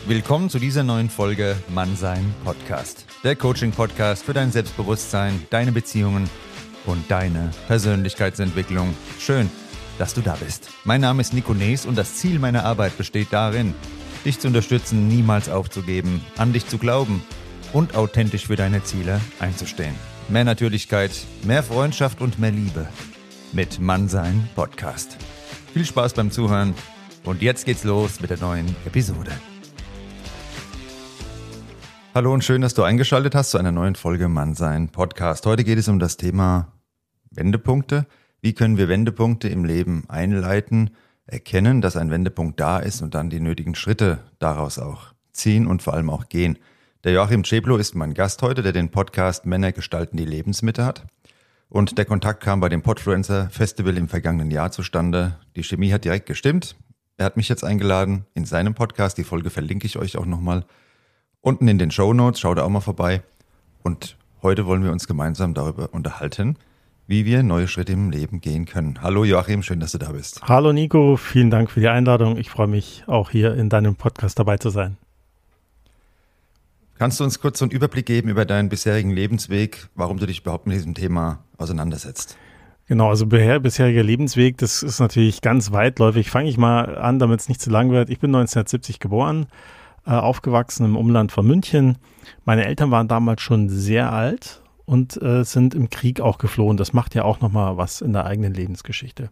Willkommen zu dieser neuen Folge Mannsein Podcast. Der Coaching-Podcast für dein Selbstbewusstsein, deine Beziehungen und deine Persönlichkeitsentwicklung. Schön, dass du da bist. Mein Name ist Nico Nees und das Ziel meiner Arbeit besteht darin, dich zu unterstützen, niemals aufzugeben, an dich zu glauben und authentisch für deine Ziele einzustehen. Mehr Natürlichkeit, mehr Freundschaft und mehr Liebe mit Mannsein Podcast. Viel Spaß beim Zuhören und jetzt geht's los mit der neuen Episode. Hallo und schön, dass du eingeschaltet hast zu einer neuen Folge Mannsein Podcast. Heute geht es um das Thema Wendepunkte. Wie können wir Wendepunkte im Leben einleiten, erkennen, dass ein Wendepunkt da ist und dann die nötigen Schritte daraus auch ziehen und vor allem auch gehen. Der Joachim Ceblo ist mein Gast heute, der den Podcast Männer gestalten die Lebensmitte hat. Und der Kontakt kam bei dem Podfluencer Festival im vergangenen Jahr zustande. Die Chemie hat direkt gestimmt. Er hat mich jetzt eingeladen in seinem Podcast. Die Folge verlinke ich euch auch nochmal unten in den Shownotes. Schaut da auch mal vorbei. Und heute wollen wir uns gemeinsam darüber unterhalten, wie wir neue Schritte im Leben gehen können. Hallo Joachim, schön, dass du da bist. Hallo Nico, vielen Dank für die Einladung. Ich freue mich auch hier in deinem Podcast dabei zu sein. Kannst du uns kurz so einen Überblick geben über deinen bisherigen Lebensweg, warum du dich überhaupt mit diesem Thema auseinandersetzt? Genau, also bisheriger Lebensweg, das ist natürlich ganz weitläufig. Fange ich mal an, damit es nicht zu lang wird. Ich bin 1970 geboren, aufgewachsen im Umland von München. Meine Eltern waren damals schon sehr alt und sind im Krieg auch geflohen. Das macht ja auch nochmal was in der eigenen Lebensgeschichte.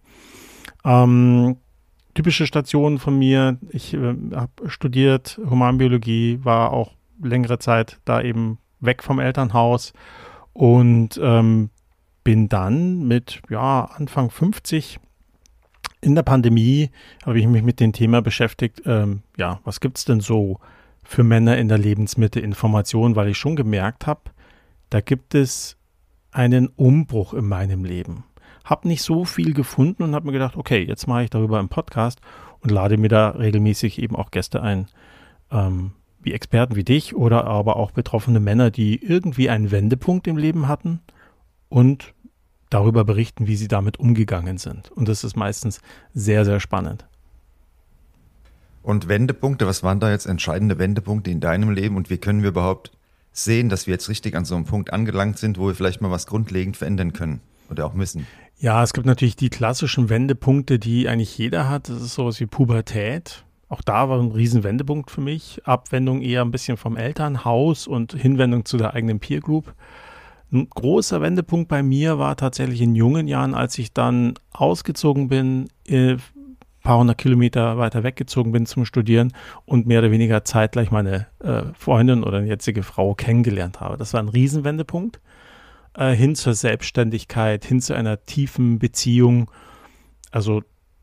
Typische Stationen von mir, ich habe studiert Humanbiologie, war auch längere Zeit da eben weg vom Elternhaus und bin dann mit Anfang 50 in der Pandemie habe ich mich mit dem Thema beschäftigt, was gibt es denn so für Männer in der Lebensmitte Informationen, weil ich schon gemerkt habe, da gibt es einen Umbruch in meinem Leben. Habe nicht so viel gefunden und habe mir gedacht, okay, jetzt mache ich darüber einen Podcast und lade mir da regelmäßig eben auch Gäste ein, wie Experten wie dich oder aber auch betroffene Männer, die irgendwie einen Wendepunkt im Leben hatten und darüber berichten, wie sie damit umgegangen sind. Und das ist meistens sehr, sehr spannend. Und Wendepunkte, was waren da jetzt entscheidende Wendepunkte in deinem Leben und wie können wir überhaupt sehen, dass wir jetzt richtig an so einem Punkt angelangt sind, wo wir vielleicht mal was grundlegend verändern können oder auch müssen? Ja, es gibt natürlich die klassischen Wendepunkte, die eigentlich jeder hat. Das ist sowas wie Pubertät. Auch da war ein riesen Wendepunkt für mich. Abwendung eher ein bisschen vom Elternhaus und Hinwendung zu der eigenen Peer Group. Ein großer Wendepunkt bei mir war tatsächlich in jungen Jahren, als ich dann ausgezogen bin, ein paar hundert Kilometer weiter weggezogen bin zum Studieren und mehr oder weniger zeitgleich meine Freundin oder jetzige Frau kennengelernt habe. Das war ein Riesenwendepunkt hin zur Selbstständigkeit, hin zu einer tiefen Beziehung. Also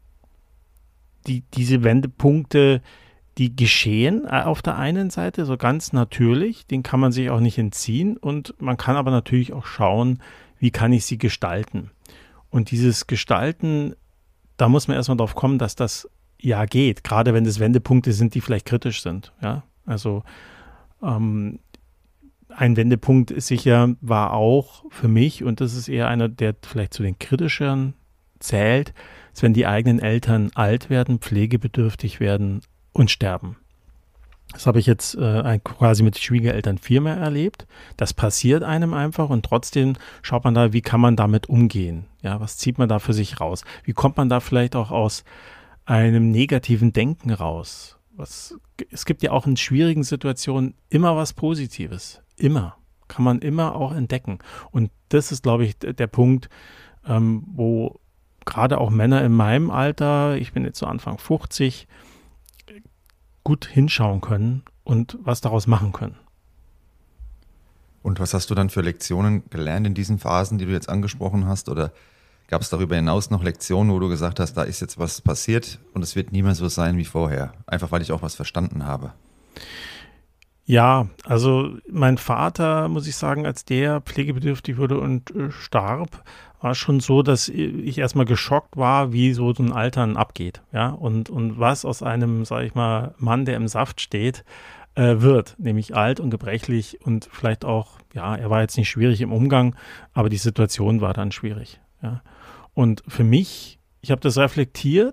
diese Wendepunkte, die geschehen auf der einen Seite so ganz natürlich, den kann man sich auch nicht entziehen und man kann aber natürlich auch schauen, wie kann ich sie gestalten. Und dieses Gestalten, da muss man erstmal drauf kommen, dass das ja geht, gerade wenn es Wendepunkte sind, die vielleicht kritisch sind. Ja? Also ein Wendepunkt ist sicher, war auch für mich, und das ist eher einer, der vielleicht zu den kritischeren zählt, ist, wenn die eigenen Eltern alt werden, pflegebedürftig werden und sterben. Das habe ich jetzt quasi mit Schwiegereltern viermal erlebt. Das passiert einem einfach und trotzdem schaut man da, wie kann man damit umgehen? Ja, was zieht man da für sich raus? Wie kommt man da vielleicht auch aus einem negativen Denken raus? Es gibt ja auch in schwierigen Situationen immer was Positives. Immer. Kann man immer auch entdecken. Und das ist, glaube ich, der Punkt, wo gerade auch Männer in meinem Alter, ich bin jetzt so Anfang 50, gut hinschauen können und was daraus machen können. Und was hast du dann für Lektionen gelernt in diesen Phasen, die du jetzt angesprochen hast? Oder gab es darüber hinaus noch Lektionen, wo du gesagt hast, da ist jetzt was passiert und es wird nie mehr so sein wie vorher? Einfach weil ich auch was verstanden habe. Ja, also mein Vater, muss ich sagen, als der pflegebedürftig wurde und starb, war schon so, dass ich erstmal geschockt war, wie so ein Altern abgeht. Ja, und was aus einem, sage ich mal, Mann, der im Saft steht, wird, nämlich alt und gebrechlich und vielleicht auch, ja, er war jetzt nicht schwierig im Umgang, aber die Situation war dann schwierig. Ja. Und für mich, ich habe das reflektiert,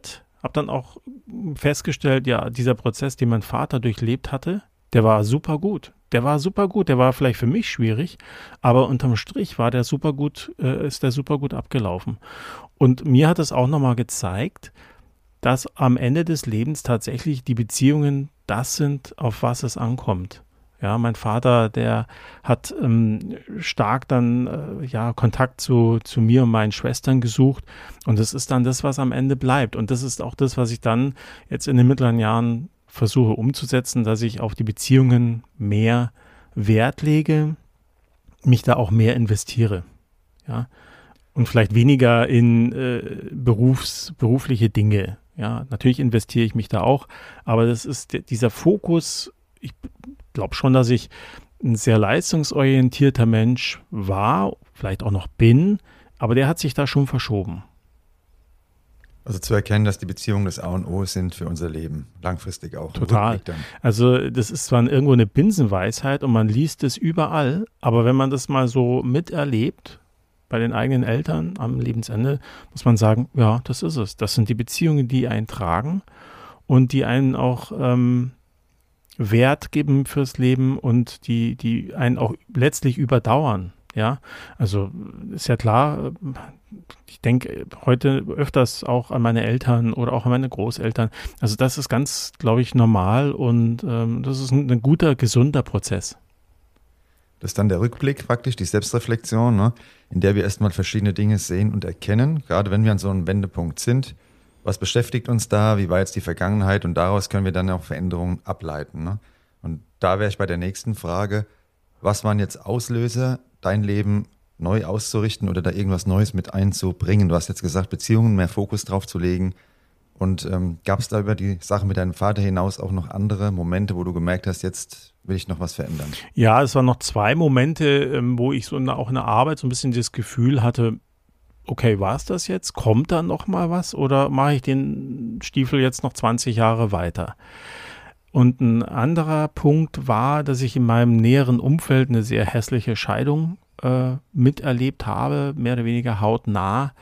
habe dann auch festgestellt, ja, dieser Prozess, den mein Vater durchlebt hatte, der war super gut. Der war vielleicht für mich schwierig, aber unterm Strich war der super gut, ist der super gut abgelaufen. Und mir hat es auch nochmal gezeigt, dass am Ende des Lebens tatsächlich die Beziehungen das sind, auf was es ankommt. Ja, mein Vater, der hat stark dann Kontakt zu mir und meinen Schwestern gesucht, und das ist dann das, was am Ende bleibt, und das ist auch das, was ich dann jetzt in den mittleren Jahren versuche umzusetzen, dass ich auf die Beziehungen mehr Wert lege, mich da auch mehr investiere, ja, und vielleicht weniger in berufliche Dinge. Ja, natürlich investiere ich mich da auch, aber das ist dieser Fokus. Ich glaube schon, dass ich ein sehr leistungsorientierter Mensch war, vielleicht auch noch bin, aber der hat sich da schon verschoben. Also zu erkennen, dass die Beziehungen das A und O sind für unser Leben, langfristig auch. Total. Also das ist zwar irgendwo eine Binsenweisheit und man liest es überall, aber wenn man das mal so miterlebt, bei den eigenen Eltern am Lebensende, muss man sagen, ja, das ist es. Das sind die Beziehungen, die einen tragen und die einen auch Wert geben fürs Leben und die einen auch letztlich überdauern. Ja, also ist ja klar, ich denke heute öfters auch an meine Eltern oder auch an meine Großeltern. Also das ist ganz, glaube ich, normal, und das ist ein guter, gesunder Prozess. Das ist dann der Rückblick praktisch, die Selbstreflexion, ne, in der wir erstmal verschiedene Dinge sehen und erkennen, gerade wenn wir an so einem Wendepunkt sind. Was beschäftigt uns da? Wie war jetzt die Vergangenheit? Und daraus können wir dann auch Veränderungen ableiten. Ne? Und da wäre ich bei der nächsten Frage: Was waren jetzt Auslöser, dein Leben neu auszurichten oder da irgendwas Neues mit einzubringen? Du hast jetzt gesagt, Beziehungen, mehr Fokus drauf zu legen. Und gab es da über die Sache mit deinem Vater hinaus auch noch andere Momente, wo du gemerkt hast, jetzt will ich noch was verändern? Ja, es waren noch 2 Momente, wo ich so auch in der Arbeit so ein bisschen das Gefühl hatte, okay, war es das jetzt? Kommt da noch mal was oder mache ich den Stiefel jetzt noch 20 Jahre weiter? Und ein anderer Punkt war, dass ich in meinem näheren Umfeld eine sehr hässliche Scheidung miterlebt habe, mehr oder weniger hautnah.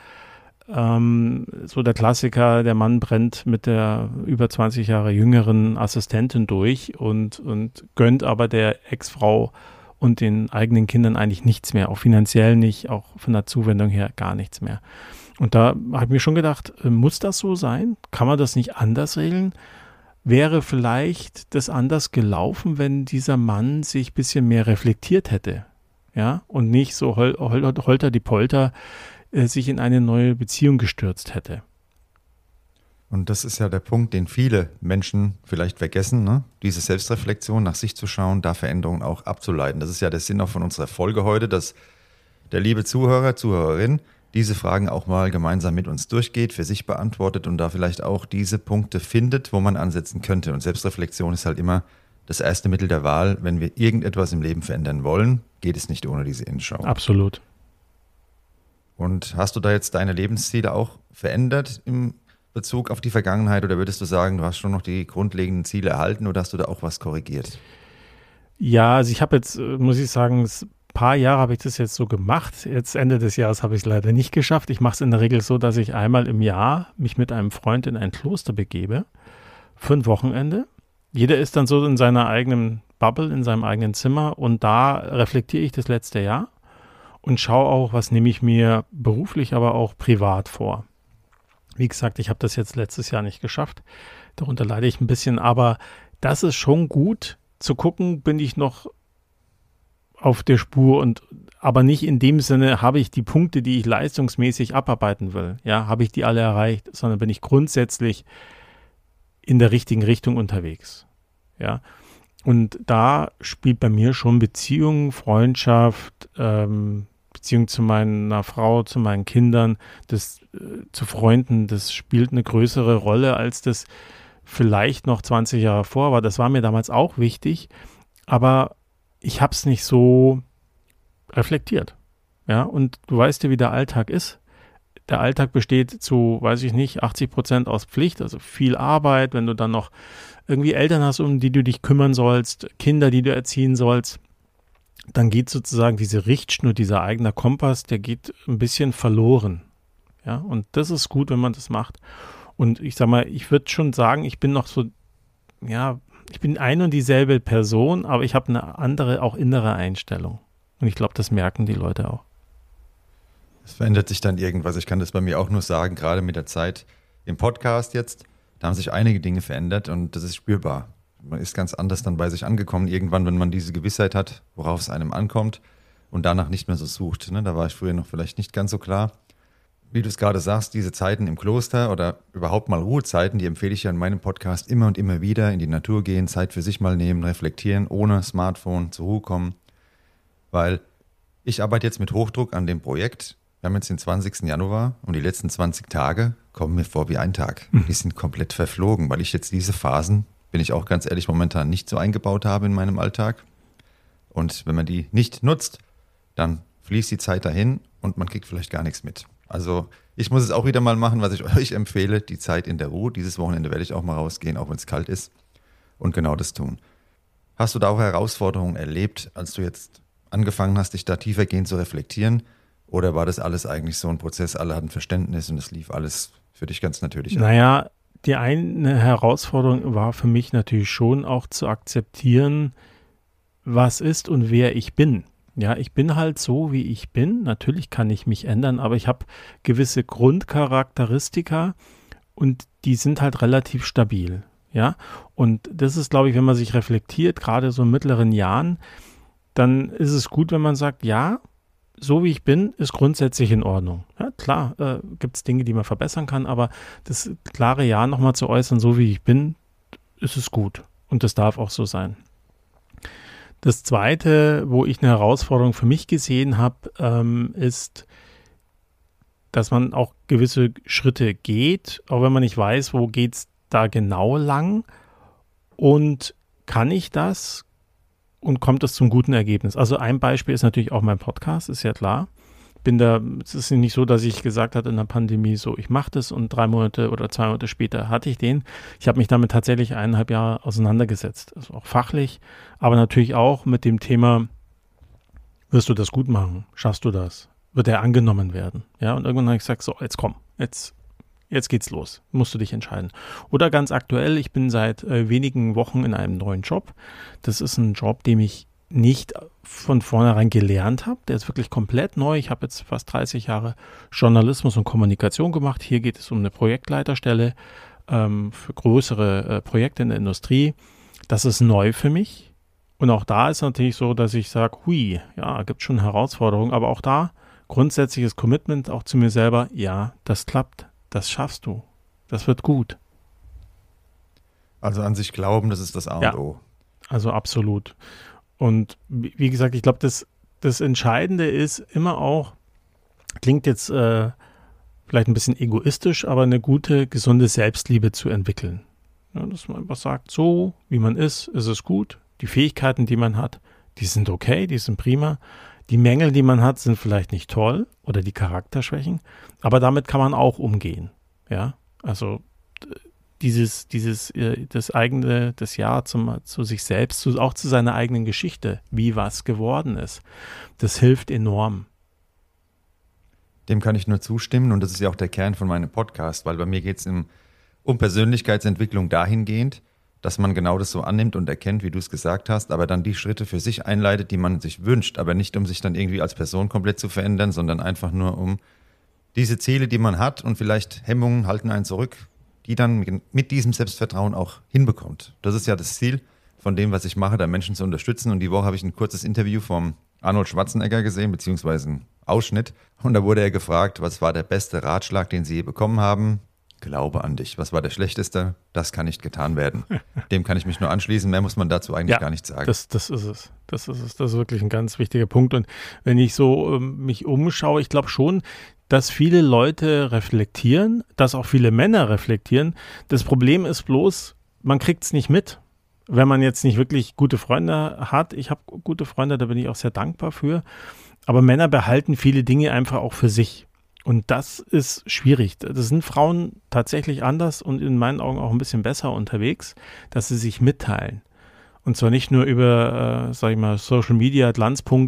So der Klassiker, der Mann brennt mit der über 20 Jahre jüngeren Assistentin durch und gönnt aber der Ex-Frau und den eigenen Kindern eigentlich nichts mehr, auch finanziell nicht, auch von der Zuwendung her gar nichts mehr. Und da habe ich mir schon gedacht, muss das so sein? Kann man das nicht anders regeln? Wäre vielleicht das anders gelaufen, wenn dieser Mann sich ein bisschen mehr reflektiert hätte, ja, und nicht so holter die Polter sich in eine neue Beziehung gestürzt hätte. Und das ist ja der Punkt, den viele Menschen vielleicht vergessen, ne? Diese Selbstreflexion, nach sich zu schauen, da Veränderungen auch abzuleiten. Das ist ja der Sinn auch von unserer Folge heute, dass der liebe Zuhörer, Zuhörerin diese Fragen auch mal gemeinsam mit uns durchgeht, für sich beantwortet und da vielleicht auch diese Punkte findet, wo man ansetzen könnte. Und Selbstreflexion ist halt immer das erste Mittel der Wahl. Wenn wir irgendetwas im Leben verändern wollen, geht es nicht ohne diese Innenschau. Absolut. Und hast du da jetzt deine Lebensziele auch verändert im Bezug auf die Vergangenheit, oder würdest du sagen, du hast schon noch die grundlegenden Ziele erhalten, oder hast du da auch was korrigiert? Ja, also ich habe jetzt, muss ich sagen, ein paar Jahre habe ich das jetzt so gemacht. Jetzt Ende des Jahres habe ich es leider nicht geschafft. Ich mache es in der Regel so, dass ich einmal im Jahr mich mit einem Freund in ein Kloster begebe für ein Wochenende. Jeder ist dann so in seiner eigenen Bubble, in seinem eigenen Zimmer, und da reflektiere ich das letzte Jahr und schaue auch, was nehme ich mir beruflich, aber auch privat vor. Wie gesagt, ich habe das jetzt letztes Jahr nicht geschafft. Darunter leide ich ein bisschen, aber das ist schon gut zu gucken, bin ich noch auf der Spur, aber nicht in dem Sinne, habe ich die Punkte, die ich leistungsmäßig abarbeiten will, ja, habe ich die alle erreicht, sondern bin ich grundsätzlich in der richtigen Richtung unterwegs, ja. Und da spielt bei mir schon Beziehung, Freundschaft, Beziehung zu meiner Frau, zu meinen Kindern, zu Freunden, das spielt eine größere Rolle, als das vielleicht noch 20 Jahre vor war. Das war mir damals auch wichtig, aber ich habe es nicht so reflektiert. Ja, und du weißt ja, wie der Alltag ist. Der Alltag besteht zu, weiß ich nicht, 80% aus Pflicht, also viel Arbeit, wenn du dann noch irgendwie Eltern hast, um die du dich kümmern sollst, Kinder, die du erziehen sollst, dann geht sozusagen diese Richtschnur, dieser eigene Kompass, der geht ein bisschen verloren. Ja, und das ist gut, wenn man das macht. Und ich sag mal, ich würde schon sagen, ich bin noch so, ja, ich bin ein und dieselbe Person, aber ich habe eine andere, auch innere Einstellung. Und ich glaube, das merken die Leute auch. Es verändert sich dann irgendwas. Ich kann das bei mir auch nur sagen, gerade mit der Zeit im Podcast jetzt, da haben sich einige Dinge verändert und das ist spürbar. Man ist ganz anders dann bei sich angekommen, irgendwann, wenn man diese Gewissheit hat, worauf es einem ankommt und danach nicht mehr so sucht. Ne? Da war ich früher noch vielleicht nicht ganz so klar. Wie du es gerade sagst, diese Zeiten im Kloster oder überhaupt mal Ruhezeiten, die empfehle ich ja in meinem Podcast immer und immer wieder, in die Natur gehen, Zeit für sich mal nehmen, reflektieren, ohne Smartphone, zur Ruhe kommen. Weil ich arbeite jetzt mit Hochdruck an dem Projekt. Wir haben jetzt den 20. Januar und die letzten 20 Tage kommen mir vor wie ein Tag. Die sind komplett verflogen, weil ich jetzt diese Phasen, bin ich auch ganz ehrlich, momentan nicht so eingebaut habe in meinem Alltag. Und wenn man die nicht nutzt, dann fließt die Zeit dahin und man kriegt vielleicht gar nichts mit. Also ich muss es auch wieder mal machen, was ich euch empfehle, die Zeit in der Ruhe. Dieses Wochenende werde ich auch mal rausgehen, auch wenn es kalt ist und genau das tun. Hast du da auch Herausforderungen erlebt, als du jetzt angefangen hast, dich da tiefergehend zu reflektieren? Oder war das alles eigentlich so ein Prozess, alle hatten Verständnis und es lief alles für dich ganz natürlich ab? Naja, die eine Herausforderung war für mich natürlich schon auch zu akzeptieren, was ist und wer ich bin. Ja, ich bin halt so, wie ich bin. Natürlich kann ich mich ändern, aber ich habe gewisse Grundcharakteristika und die sind halt relativ stabil. Ja, und das ist, glaube ich, wenn man sich reflektiert, gerade so in mittleren Jahren, dann ist es gut, wenn man sagt, ja, so wie ich bin, ist grundsätzlich in Ordnung. Ja, klar, gibt es Dinge, die man verbessern kann, aber das klare Ja nochmal zu äußern, so wie ich bin, ist es gut. Und das darf auch so sein. Das Zweite, wo ich eine Herausforderung für mich gesehen habe, ist, dass man auch gewisse Schritte geht, auch wenn man nicht weiß, wo geht es da genau lang und kann ich das und kommt es zum guten Ergebnis. Also ein Beispiel ist natürlich auch mein Podcast, ist ja klar. Es ist nicht so, dass ich gesagt habe in der Pandemie so, ich mache das und 3 Monate oder 2 Monate später hatte ich den. Ich habe mich damit tatsächlich 1,5 Jahre auseinandergesetzt. Also auch fachlich, aber natürlich auch mit dem Thema, wirst du das gut machen? Schaffst du das? Wird er angenommen werden? Ja, und irgendwann habe ich gesagt, so, jetzt komm, jetzt geht's los. Musst du dich entscheiden. Oder ganz aktuell, ich bin seit wenigen Wochen in einem neuen Job. Das ist ein Job, den ich nicht von vornherein gelernt habe. Der ist wirklich komplett neu. Ich habe jetzt fast 30 Jahre Journalismus und Kommunikation gemacht. Hier geht es um eine Projektleiterstelle für größere Projekte in der Industrie. Das ist neu für mich. Und auch da ist natürlich so, dass ich sage, hui, ja, gibt schon Herausforderungen. Aber auch da grundsätzliches Commitment auch zu mir selber. Ja, das klappt. Das schaffst du. Das wird gut. Also an sich glauben, das ist das A und O. Also absolut. Und wie gesagt, ich glaube, das Entscheidende ist immer auch, klingt jetzt vielleicht ein bisschen egoistisch, aber eine gute, gesunde Selbstliebe zu entwickeln. Ja, dass man einfach sagt, so wie man ist es gut. Die Fähigkeiten, die man hat, die sind okay, die sind prima. Die Mängel, die man hat, sind vielleicht nicht toll oder die Charakterschwächen, aber damit kann man auch umgehen. Ja, also das Ja zu sich selbst, auch zu seiner eigenen Geschichte, wie was geworden ist, das hilft enorm. Dem kann ich nur zustimmen und das ist ja auch der Kern von meinem Podcast, weil bei mir geht es um Persönlichkeitsentwicklung dahingehend, dass man genau das so annimmt und erkennt, wie du es gesagt hast, aber dann die Schritte für sich einleitet, die man sich wünscht, aber nicht um sich dann irgendwie als Person komplett zu verändern, sondern einfach nur um diese Ziele, die man hat und vielleicht Hemmungen halten einen zurück, die dann mit diesem Selbstvertrauen auch hinbekommt. Das ist ja das Ziel von dem, was ich mache, da Menschen zu unterstützen. Und die Woche habe ich ein kurzes Interview vom Arnold Schwarzenegger gesehen, beziehungsweise einen Ausschnitt. Und da wurde er gefragt, was war der beste Ratschlag, den Sie je bekommen haben? Glaube an dich. Was war der schlechteste? Das kann nicht getan werden. Dem kann ich mich nur anschließen. Mehr muss man dazu eigentlich gar nicht sagen. Das ist es. Das ist wirklich ein ganz wichtiger Punkt. Und wenn ich so mich umschaue, ich glaube schon, dass viele Leute reflektieren, dass auch viele Männer reflektieren. Das Problem ist bloß, man kriegt es nicht mit, wenn man jetzt nicht wirklich gute Freunde hat. Ich habe gute Freunde, da bin ich auch sehr dankbar für. Aber Männer behalten viele Dinge einfach auch für sich. Und das ist schwierig. Das sind Frauen tatsächlich anders und in meinen Augen auch ein bisschen besser unterwegs, dass sie sich mitteilen. Und zwar nicht nur über, sag ich mal, Social Media,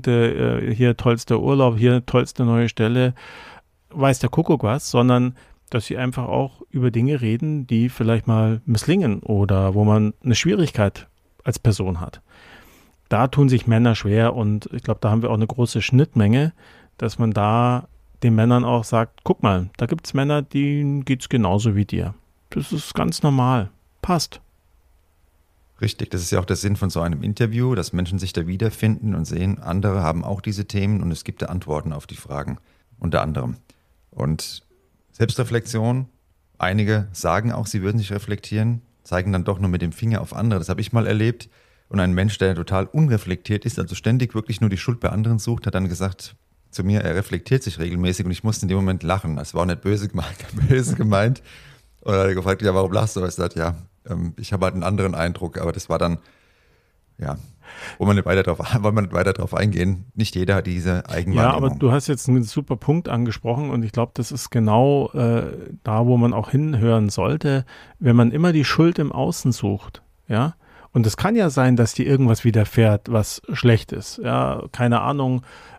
Glanzpunkte, hier tollster Urlaub, hier tollste neue Stelle, weiß der Kuckuck was, sondern dass sie einfach auch über Dinge reden, die vielleicht mal misslingen oder wo man eine Schwierigkeit als Person hat. Da tun sich Männer schwer und ich glaube, da haben wir auch eine große Schnittmenge, dass man da den Männern auch sagt, guck mal, da gibt es Männer, denen geht es genauso wie dir. Das ist ganz normal. Passt. Richtig, das ist ja auch der Sinn von so einem Interview, dass Menschen sich da wiederfinden und sehen, andere haben auch diese Themen und es gibt da Antworten auf die Fragen, unter anderem. Und Selbstreflexion, einige sagen auch, sie würden sich reflektieren, zeigen dann doch nur mit dem Finger auf andere. Das habe ich mal erlebt. Und ein Mensch, der total unreflektiert ist, also ständig wirklich nur die Schuld bei anderen sucht, hat dann gesagt zu mir, er reflektiert sich regelmäßig und ich musste in dem Moment lachen. Das war auch nicht böse gemeint. Und er hat gefragt, ja, warum lachst du? Und ich sagte, ja, ich habe halt einen anderen Eindruck, aber das war dann, ja, wollen wir nicht weiter drauf eingehen. Nicht jeder hat diese Eigenwahrnehmung. Ja, aber du hast jetzt einen super Punkt angesprochen und ich glaube, das ist genau da, wo man auch hinhören sollte, wenn man immer die Schuld im Außen sucht, ja. Und es kann ja sein, dass dir irgendwas widerfährt, was schlecht ist. Ja, keine Ahnung,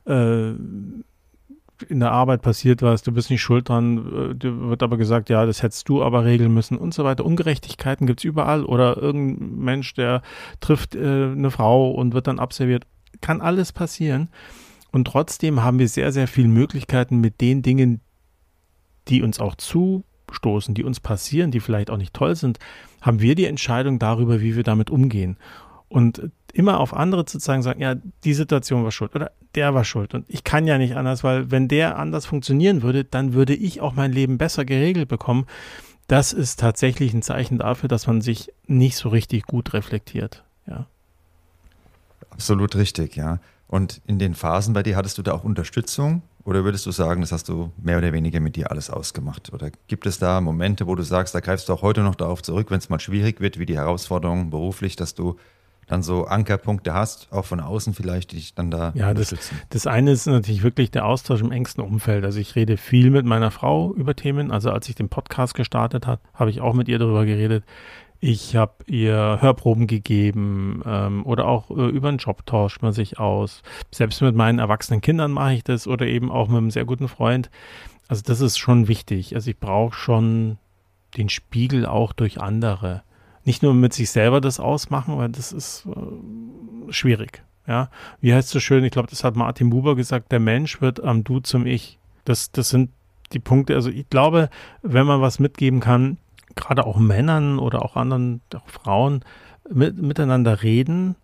in der Arbeit passiert was, du bist nicht schuld dran, dir wird aber gesagt, ja, das hättest du aber regeln müssen und so weiter. Ungerechtigkeiten gibt es überall. Oder irgendein Mensch, der trifft eine Frau und wird dann abserviert. Kann alles passieren. Und trotzdem haben wir sehr, sehr viele Möglichkeiten mit den Dingen, die uns auch zustoßen, die uns passieren, die vielleicht auch nicht toll sind, haben wir die Entscheidung darüber, wie wir damit umgehen. Und immer auf andere zu sagen, ja, die Situation war schuld oder der war schuld. Und ich kann ja nicht anders, weil wenn der anders funktionieren würde, dann würde ich auch mein Leben besser geregelt bekommen. Das ist tatsächlich ein Zeichen dafür, dass man sich nicht so richtig gut reflektiert. Ja. Absolut richtig, ja. Und in den Phasen bei dir, hattest du da auch Unterstützung? Oder würdest du sagen, das hast du mehr oder weniger mit dir alles ausgemacht? Oder gibt es da Momente, wo du sagst, da greifst du auch heute noch darauf zurück, wenn es mal schwierig wird, wie die Herausforderungen beruflich, dass du dann so Ankerpunkte hast, auch von außen vielleicht, die dich dann da unterstützen? Das eine ist natürlich wirklich der Austausch im engsten Umfeld. Also ich rede viel mit meiner Frau über Themen. Also als ich den Podcast gestartet habe, habe ich auch mit ihr darüber geredet. Ich habe ihr Hörproben gegeben oder auch über einen Job tauscht man sich aus. Selbst mit meinen erwachsenen Kindern mache ich das oder eben auch mit einem sehr guten Freund. Also das ist schon wichtig. Also ich brauche schon den Spiegel auch durch andere. Nicht nur mit sich selber das ausmachen, weil das ist schwierig. Ja? Wie heißt es so schön, ich glaube, das hat Martin Buber gesagt, der Mensch wird am Du zum Ich. Das sind die Punkte. Also ich glaube, wenn man was mitgeben kann, gerade auch Männern oder auch anderen, auch Frauen, miteinander reden,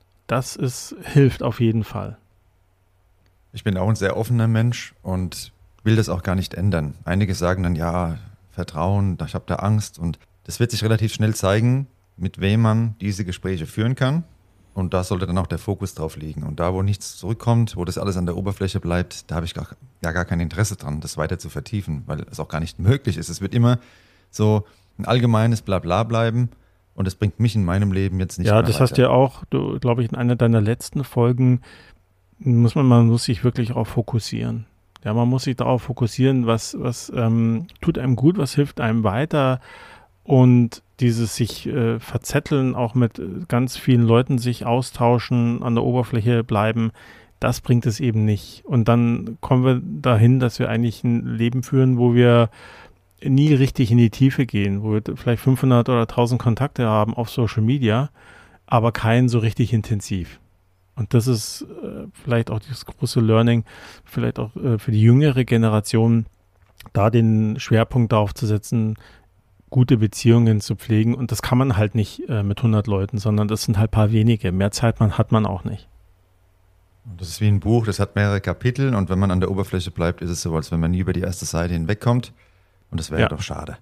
hilft auf jeden Fall. Ich bin auch ein sehr offener Mensch und will das auch gar nicht ändern. Einige sagen dann, ja, Vertrauen, ich habe da Angst und das wird sich relativ schnell zeigen, mit wem man diese Gespräche führen kann und da sollte dann auch der Fokus drauf liegen. Und da, wo nichts zurückkommt, wo das alles an der Oberfläche bleibt, da habe ich gar kein Interesse dran, das weiter zu vertiefen, weil es auch gar nicht möglich ist. Es wird immer so ein allgemeines Blabla bleiben und es bringt mich in meinem Leben jetzt nicht mehr weiter. Ja, das hast du ja auch, glaube ich, in einer deiner letzten Folgen, man muss sich wirklich auch fokussieren. Ja, man muss sich darauf fokussieren, was tut einem gut, was hilft einem weiter und dieses sich verzetteln, auch mit ganz vielen Leuten sich austauschen, an der Oberfläche bleiben, das bringt es eben nicht. Und dann kommen wir dahin, dass wir eigentlich ein Leben führen, wo wir nie richtig in die Tiefe gehen, wo wir vielleicht 500 oder 1000 Kontakte haben auf Social Media, aber keinen so richtig intensiv. Und das ist vielleicht auch das große Learning, vielleicht auch für die jüngere Generation, da den Schwerpunkt darauf zu setzen, gute Beziehungen zu pflegen. Und das kann man halt nicht mit 100 Leuten, sondern das sind halt ein paar wenige. Mehr Zeit hat man auch nicht. Das ist wie ein Buch, das hat mehrere Kapitel und wenn man an der Oberfläche bleibt, ist es so, als wenn man nie über die erste Seite hinwegkommt. Und das wäre doch schade.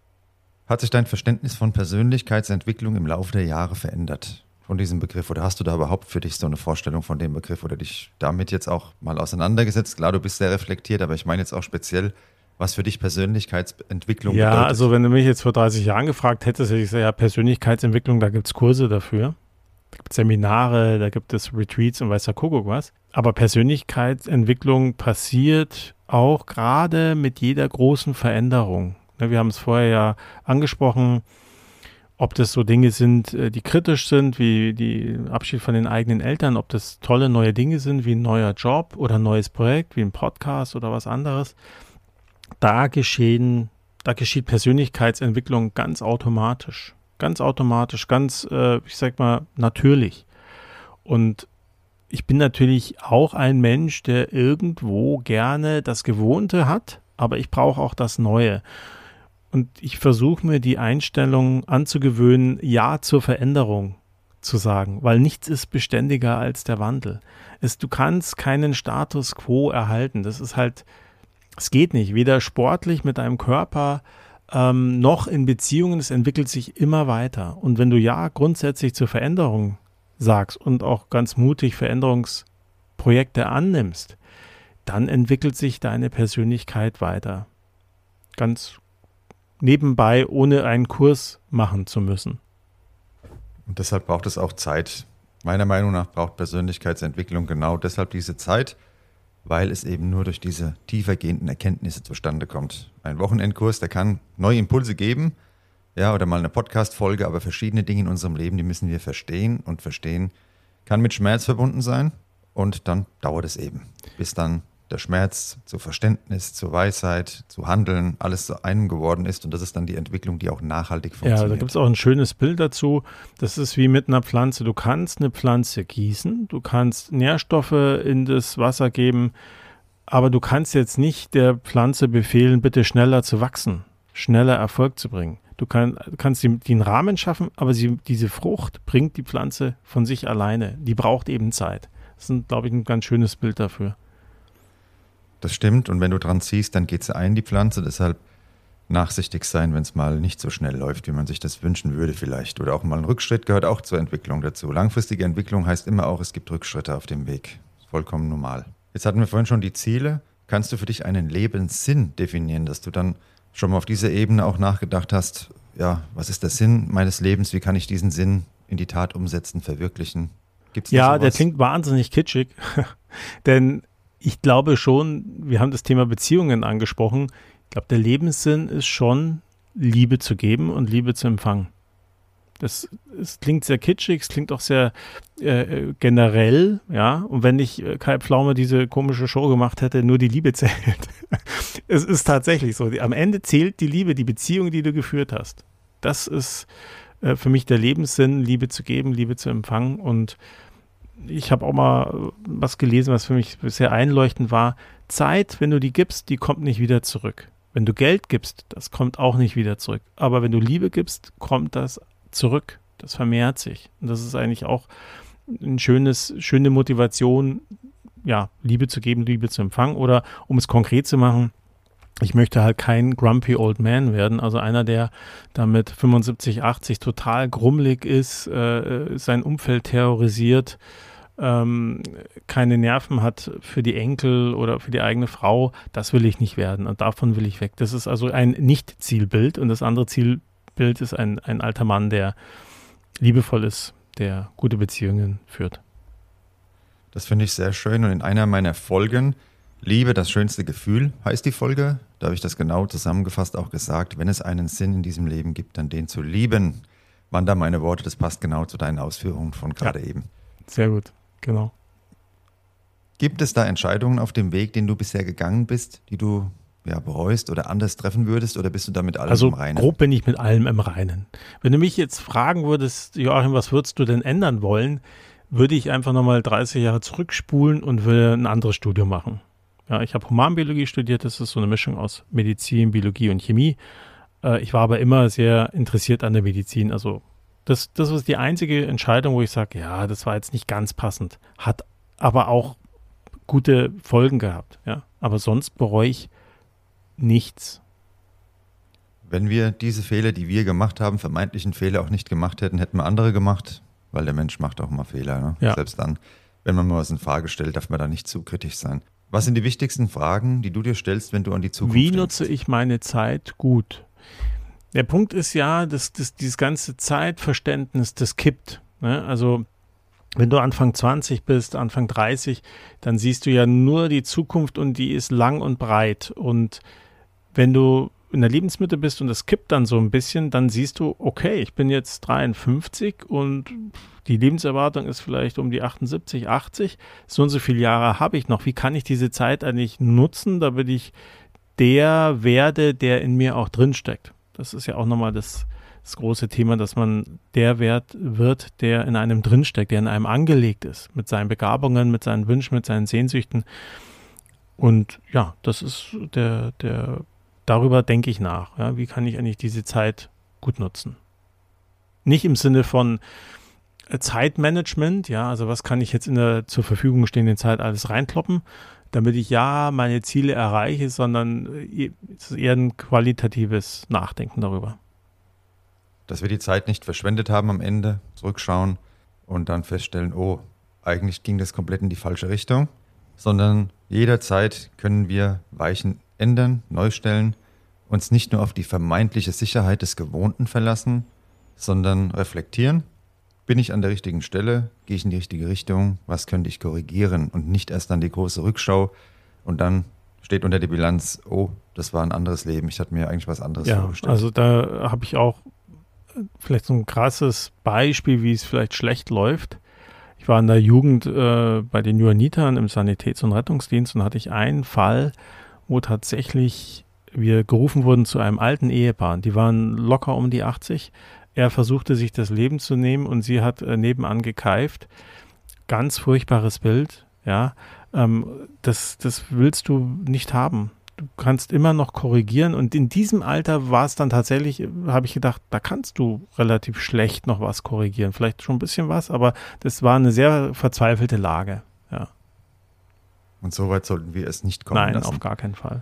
Hat sich dein Verständnis von Persönlichkeitsentwicklung im Laufe der Jahre verändert? Von diesem Begriff? Oder hast du da überhaupt für dich so eine Vorstellung von dem Begriff oder dich damit jetzt auch mal auseinandergesetzt? Klar, du bist sehr reflektiert, aber ich meine jetzt auch speziell, was für dich Persönlichkeitsentwicklung bedeutet. Ja, also wenn du mich jetzt vor 30 Jahren gefragt hättest, hätte ich gesagt, ja, Persönlichkeitsentwicklung, da gibt es Kurse dafür. Da gibt es Seminare, da gibt es Retreats und weiß der Kuckuck was. Aber Persönlichkeitsentwicklung passiert auch gerade mit jeder großen Veränderung. Wir haben es vorher ja angesprochen, ob das so Dinge sind, die kritisch sind, wie die Abschied von den eigenen Eltern, ob das tolle neue Dinge sind, wie ein neuer Job oder ein neues Projekt, wie ein Podcast oder was anderes. Da geschehen da geschieht Persönlichkeitsentwicklung ganz automatisch. Ganz automatisch, ich sag mal, natürlich. Und ich bin natürlich auch ein Mensch, der irgendwo gerne das Gewohnte hat, aber ich brauche auch das Neue. Und ich versuche mir die Einstellung anzugewöhnen, Ja zur Veränderung zu sagen, weil nichts ist beständiger als der Wandel. Du kannst keinen Status quo erhalten. Das ist halt, es geht nicht, weder sportlich mit deinem Körper noch in Beziehungen. Es entwickelt sich immer weiter. Und wenn du Ja grundsätzlich zur Veränderung sagst und auch ganz mutig Veränderungsprojekte annimmst, dann entwickelt sich deine Persönlichkeit weiter. Ganz nebenbei, ohne einen Kurs machen zu müssen. Und deshalb braucht es auch Zeit. Meiner Meinung nach braucht Persönlichkeitsentwicklung genau deshalb diese Zeit, weil es eben nur durch diese tiefergehenden Erkenntnisse zustande kommt. Ein Wochenendkurs, der kann neue Impulse geben, ja, oder mal eine Podcast-Folge, aber verschiedene Dinge in unserem Leben, die müssen wir verstehen, und verstehen kann mit Schmerz verbunden sein, und dann dauert es eben, bis dann der Schmerz zu Verständnis, zu Weisheit, zu Handeln, alles zu einem geworden ist, und das ist dann die Entwicklung, die auch nachhaltig funktioniert. Ja, da gibt es auch ein schönes Bild dazu. Das ist wie mit einer Pflanze. Du kannst eine Pflanze gießen, du kannst Nährstoffe in das Wasser geben, aber du kannst jetzt nicht der Pflanze befehlen, bitte schneller zu wachsen, schneller Erfolg zu bringen. Du kannst den Rahmen schaffen, aber diese Frucht bringt die Pflanze von sich alleine. Die braucht eben Zeit. Das ist, glaube ich, ein ganz schönes Bild dafür. Das stimmt, und wenn du dran ziehst, dann geht sie ein, die Pflanze. Deshalb nachsichtig sein, wenn es mal nicht so schnell läuft, wie man sich das wünschen würde vielleicht. Oder auch mal ein Rückschritt gehört auch zur Entwicklung dazu. Langfristige Entwicklung heißt immer auch, es gibt Rückschritte auf dem Weg. Vollkommen normal. Jetzt hatten wir vorhin schon die Ziele. Kannst du für dich einen Lebenssinn definieren, dass du dann schon mal auf dieser Ebene auch nachgedacht hast, ja, was ist der Sinn meines Lebens? Wie kann ich diesen Sinn in die Tat umsetzen, verwirklichen? Gibt's da sowas? Der klingt wahnsinnig kitschig, denn ich glaube schon, wir haben das Thema Beziehungen angesprochen. Ich glaube, der Lebenssinn ist schon, Liebe zu geben und Liebe zu empfangen. Es klingt sehr kitschig, es klingt auch sehr generell, ja. Und wenn nicht Kai Pflaume diese komische Show gemacht hätte, nur die Liebe zählt. Es ist tatsächlich so. Am Ende zählt die Liebe, die Beziehung, die du geführt hast. Das ist für mich der Lebenssinn, Liebe zu geben, Liebe zu empfangen. Und ich habe auch mal was gelesen, was für mich sehr einleuchtend war. Zeit, wenn du die gibst, die kommt nicht wieder zurück. Wenn du Geld gibst, das kommt auch nicht wieder zurück. Aber wenn du Liebe gibst, kommt das zurück. Das vermehrt sich. Und das ist eigentlich auch eine schöne Motivation, ja, Liebe zu geben, Liebe zu empfangen. Oder um es konkret zu machen, ich möchte halt kein grumpy old man werden, also einer, der damit 75, 80 total grummelig ist, sein Umfeld terrorisiert, keine Nerven hat für die Enkel oder für die eigene Frau. Das will ich nicht werden und davon will ich weg. Das ist also ein Nicht-Zielbild, und das andere Zielbild ist ein alter Mann, der liebevoll ist, der gute Beziehungen führt. Das finde ich sehr schön, und in einer meiner Folgen, Liebe, das schönste Gefühl, heißt die Folge. Da habe ich das genau zusammengefasst auch gesagt. Wenn es einen Sinn in diesem Leben gibt, dann den zu lieben. Waren da meine Worte, das passt genau zu deinen Ausführungen von gerade eben. Sehr gut, genau. Gibt es da Entscheidungen auf dem Weg, den du bisher gegangen bist, die du bereust oder anders treffen würdest, oder bist du da mit allem im Reinen? Also grob bin ich mit allem im Reinen. Wenn du mich jetzt fragen würdest, Joachim, was würdest du denn ändern wollen, würde ich einfach nochmal 30 Jahre zurückspulen und würde ein anderes Studium machen. Ja, ich habe Humanbiologie studiert, das ist so eine Mischung aus Medizin, Biologie und Chemie. Ich war aber immer sehr interessiert an der Medizin. Also das ist die einzige Entscheidung, wo ich sage, ja, das war jetzt nicht ganz passend. Hat aber auch gute Folgen gehabt. Ja. Aber sonst bereue ich nichts. Wenn wir diese Fehler, die wir gemacht haben, vermeintlichen Fehler auch nicht gemacht hätten, hätten wir andere gemacht, weil der Mensch macht auch mal Fehler. Ne? Ja. Selbst dann, wenn man mal was in Frage stellt, darf man da nicht zu kritisch sein. Was sind die wichtigsten Fragen, die du dir stellst, wenn du an die Zukunft denkst? Wie nutze ich meine Zeit gut? Der Punkt ist ja, dass dieses ganze Zeitverständnis, das kippt. Ne? Also wenn du Anfang 20 bist, Anfang 30, dann siehst du ja nur die Zukunft, und die ist lang und breit. Und wenn du in der Lebensmitte bist und das kippt dann so ein bisschen, dann siehst du, okay, ich bin jetzt 53 und die Lebenserwartung ist vielleicht um die 78, 80. So und so viele Jahre habe ich noch. Wie kann ich diese Zeit eigentlich nutzen, damit ich der werde, der in mir auch drinsteckt. Das ist ja auch nochmal das große Thema, dass man der Wert wird, der in einem drinsteckt, der in einem angelegt ist, mit seinen Begabungen, mit seinen Wünschen, mit seinen Sehnsüchten. Und ja, das ist darüber denke ich nach. Ja, wie kann ich eigentlich diese Zeit gut nutzen? Nicht im Sinne von Zeitmanagement, ja, also was kann ich jetzt in der zur Verfügung stehenden Zeit alles reinkloppen, damit ich meine Ziele erreiche, sondern es ist eher ein qualitatives Nachdenken darüber. Dass wir die Zeit nicht verschwendet haben am Ende, zurückschauen und dann feststellen, oh, eigentlich ging das komplett in die falsche Richtung, sondern jederzeit können wir Weichen ändern, neu stellen, uns nicht nur auf die vermeintliche Sicherheit des Gewohnten verlassen, sondern reflektieren. Bin ich an der richtigen Stelle? Gehe ich in die richtige Richtung? Was könnte ich korrigieren? Und nicht erst dann die große Rückschau und dann steht unter der Bilanz, oh, das war ein anderes Leben. Ich hatte mir eigentlich was anderes vorgestellt. Also da habe ich auch vielleicht so ein krasses Beispiel, wie es vielleicht schlecht läuft. Ich war in der Jugend bei den Johannitern im Sanitäts- und Rettungsdienst und hatte ich einen Fall, wo tatsächlich wir gerufen wurden zu einem alten Ehepaar. Die waren locker um die 80. Er versuchte sich das Leben zu nehmen und sie hat nebenan gekeift. Ganz furchtbares Bild, ja. Das willst du nicht haben. Du kannst immer noch korrigieren und in diesem Alter war es dann tatsächlich, habe ich gedacht, da kannst du relativ schlecht noch was korrigieren. Vielleicht schon ein bisschen was, aber das war eine sehr verzweifelte Lage, ja. Und so weit sollten wir es nicht kommen lassen. Nein, auf gar keinen Fall.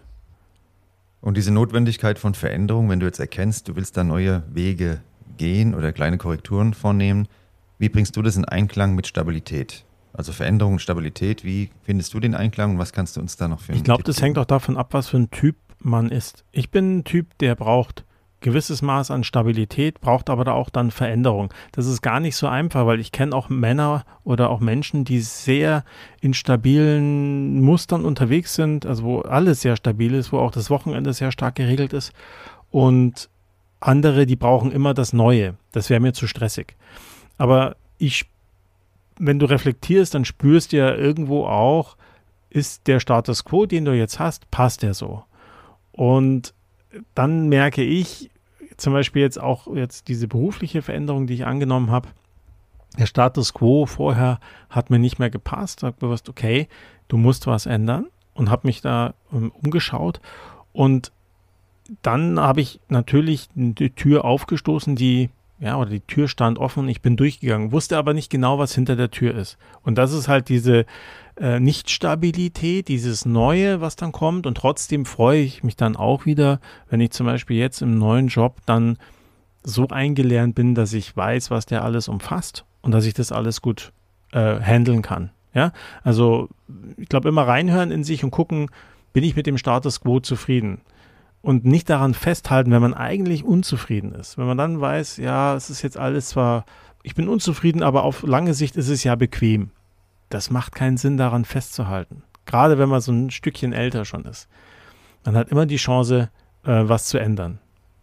Und diese Notwendigkeit von Veränderung, wenn du jetzt erkennst, du willst da neue Wege gehen oder kleine Korrekturen vornehmen, wie bringst du das in Einklang mit Stabilität? Also Veränderung und Stabilität, wie findest du den Einklang und was kannst du uns da noch für einen Ich glaube, Tipp das geben? hängt auch davon ab, was für ein Typ man ist. Ich bin ein Typ, der braucht gewisses Maß an Stabilität, braucht aber da auch dann Veränderung. Das ist gar nicht so einfach, weil ich kenne auch Männer oder auch Menschen, die sehr in stabilen Mustern unterwegs sind, also wo alles sehr stabil ist, wo auch das Wochenende sehr stark geregelt ist und andere, die brauchen immer das Neue. Das wäre mir zu stressig. Aber wenn du reflektierst, dann spürst du ja irgendwo auch, ist der Status quo, den du jetzt hast, passt der so? Und dann merke ich zum Beispiel jetzt diese berufliche Veränderung, die ich angenommen habe, der Status quo vorher hat mir nicht mehr gepasst. Da habe ich bewusst, okay, du musst was ändern und habe mich da umgeschaut und dann habe ich natürlich die Tür aufgestoßen, die Tür stand offen und ich bin durchgegangen, wusste aber nicht genau, was hinter der Tür ist. Und das ist halt diese Nichtstabilität, dieses Neue, was dann kommt. Und trotzdem freue ich mich dann auch wieder, wenn ich zum Beispiel jetzt im neuen Job dann so eingelernt bin, dass ich weiß, was der alles umfasst und dass ich das alles gut handeln kann. Ja? Also ich glaube, immer reinhören in sich und gucken, bin ich mit dem Status quo zufrieden? Und nicht daran festhalten, wenn man eigentlich unzufrieden ist. Wenn man dann weiß, ja, es ist jetzt alles zwar, ich bin unzufrieden, aber auf lange Sicht ist es ja bequem. Das macht keinen Sinn, daran festzuhalten. Gerade wenn man so ein Stückchen älter schon ist. Man hat immer die Chance, was zu ändern.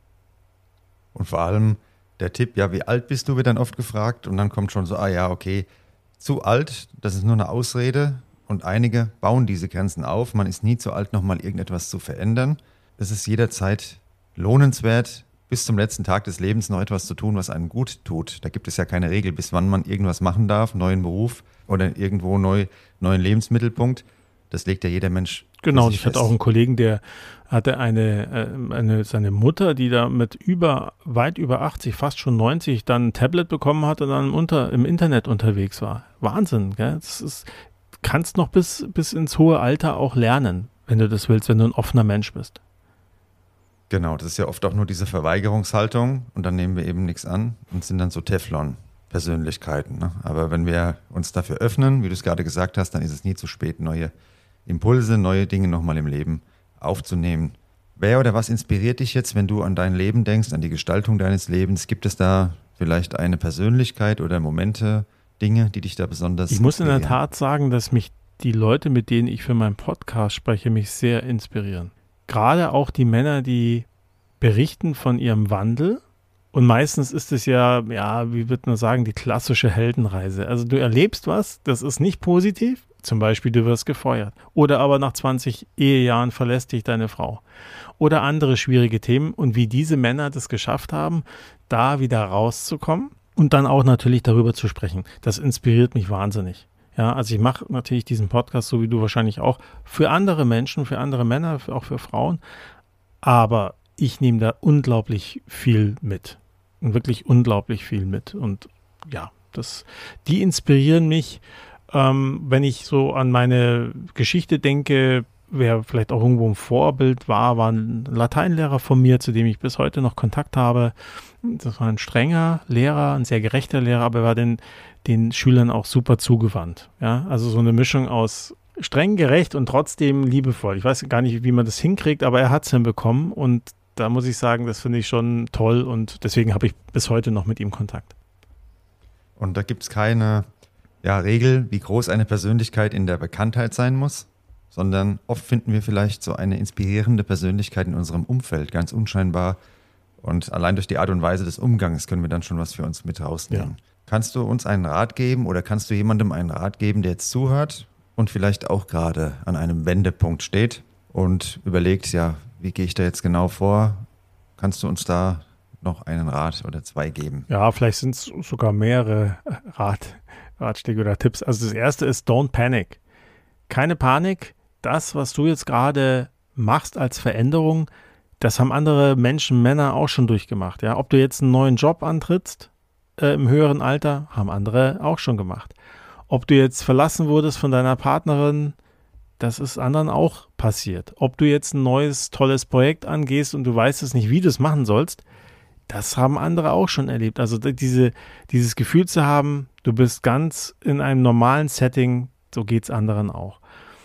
Und vor allem der Tipp, ja, wie alt bist du, wird dann oft gefragt und dann kommt schon so, okay, zu alt, das ist nur eine Ausrede und einige bauen diese Grenzen auf. Man ist nie zu alt, nochmal irgendetwas zu verändern. Es ist jederzeit lohnenswert, bis zum letzten Tag des Lebens noch etwas zu tun, was einem gut tut. Da gibt es ja keine Regel, bis wann man irgendwas machen darf, neuen Beruf oder irgendwo neuen Lebensmittelpunkt. Das legt ja jeder Mensch. Genau, ich hatte auch einen Kollegen, der hatte seine Mutter, die da mit weit über 80, fast schon 90, dann ein Tablet bekommen hat und dann im Internet unterwegs war. Wahnsinn, gell? Kannst noch bis ins hohe Alter auch lernen, wenn du das willst, wenn du ein offener Mensch bist. Genau, das ist ja oft auch nur diese Verweigerungshaltung und dann nehmen wir eben nichts an und sind dann so Teflon-Persönlichkeiten. Ne? Aber wenn wir uns dafür öffnen, wie du es gerade gesagt hast, dann ist es nie zu spät, neue Impulse, neue Dinge nochmal im Leben aufzunehmen. Wer oder was inspiriert dich jetzt, wenn du an dein Leben denkst, an die Gestaltung deines Lebens? Gibt es da vielleicht eine Persönlichkeit oder Momente, Dinge, die dich da besonders Ich muss in der Tat sagen, dass mich die Leute, mit denen ich für meinen Podcast spreche, mich sehr inspirieren. Gerade auch die Männer, die berichten von ihrem Wandel. Und meistens ist es wie wird man sagen, die klassische Heldenreise. Also du erlebst was, das ist nicht positiv, Zum Beispiel, du wirst gefeuert. Oder aber nach 20 Ehejahren verlässt dich deine Frau. Oder andere schwierige Themen und wie diese Männer das geschafft haben, da wieder rauszukommen und dann auch natürlich darüber zu sprechen. Das inspiriert mich wahnsinnig. Ja, also ich mache natürlich diesen Podcast, so wie du wahrscheinlich auch, für andere Menschen, für andere Männer, auch für Frauen. Aber ich nehme da unglaublich viel mit. Und wirklich unglaublich viel mit. Und ja, die inspirieren mich. Wenn ich so an meine Geschichte denke, wer vielleicht auch irgendwo ein Vorbild war ein Lateinlehrer von mir, zu dem ich bis heute noch Kontakt habe. Das war ein strenger Lehrer, ein sehr gerechter Lehrer, aber er war den Schülern auch super zugewandt. Ja? Also so eine Mischung aus streng, gerecht und trotzdem liebevoll. Ich weiß gar nicht, wie man das hinkriegt, aber er hat es hinbekommen und da muss ich sagen, das finde ich schon toll und deswegen habe ich bis heute noch mit ihm Kontakt. Und da gibt es keine Regel, wie groß eine Persönlichkeit in der Bekanntheit sein muss, sondern oft finden wir vielleicht so eine inspirierende Persönlichkeit in unserem Umfeld, ganz unscheinbar. Und allein durch die Art und Weise des Umgangs können wir dann schon was für uns mit rausnehmen. Ja. Kannst du uns einen Rat geben oder kannst du jemandem einen Rat geben, der jetzt zuhört und vielleicht auch gerade an einem Wendepunkt steht und überlegt, wie gehe ich da jetzt genau vor? Kannst du uns da noch einen Rat oder zwei geben? Ja, vielleicht sind es sogar mehrere Ratschläge oder Tipps. Also das erste ist, don't panic. Keine Panik. Das, was du jetzt gerade machst als Veränderung, das haben andere Menschen, Männer auch schon durchgemacht. Ja? Ob du jetzt einen neuen Job antrittst im höheren Alter, haben andere auch schon gemacht. Ob du jetzt verlassen wurdest von deiner Partnerin, das ist anderen auch passiert. Ob du jetzt ein neues, tolles Projekt angehst und du weißt es nicht, wie du es machen sollst, das haben andere auch schon erlebt. Also dieses Gefühl zu haben, du bist ganz in einem normalen Setting, so geht es anderen auch.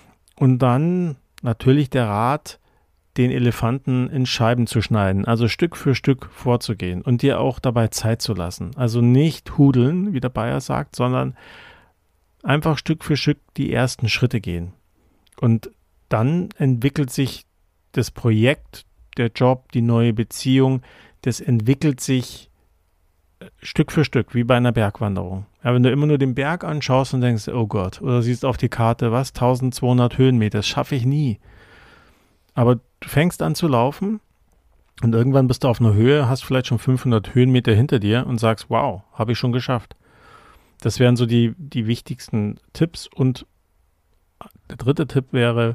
Und dann natürlich der Rat, den Elefanten in Scheiben zu schneiden, also Stück für Stück vorzugehen und dir auch dabei Zeit zu lassen. Also nicht hudeln, wie der Bayer sagt, sondern einfach Stück für Stück die ersten Schritte gehen. Und dann entwickelt sich das Projekt, der Job, die neue Beziehung, das entwickelt sich Stück für Stück, wie bei einer Bergwanderung. Ja, wenn du immer nur den Berg anschaust und denkst, oh Gott, oder siehst auf die Karte, 1200 Höhenmeter, das schaffe ich nie. Aber du fängst an zu laufen und irgendwann bist du auf einer Höhe, hast vielleicht schon 500 Höhenmeter hinter dir und sagst, wow, habe ich schon geschafft. Das wären so die wichtigsten Tipps. Und der dritte Tipp wäre,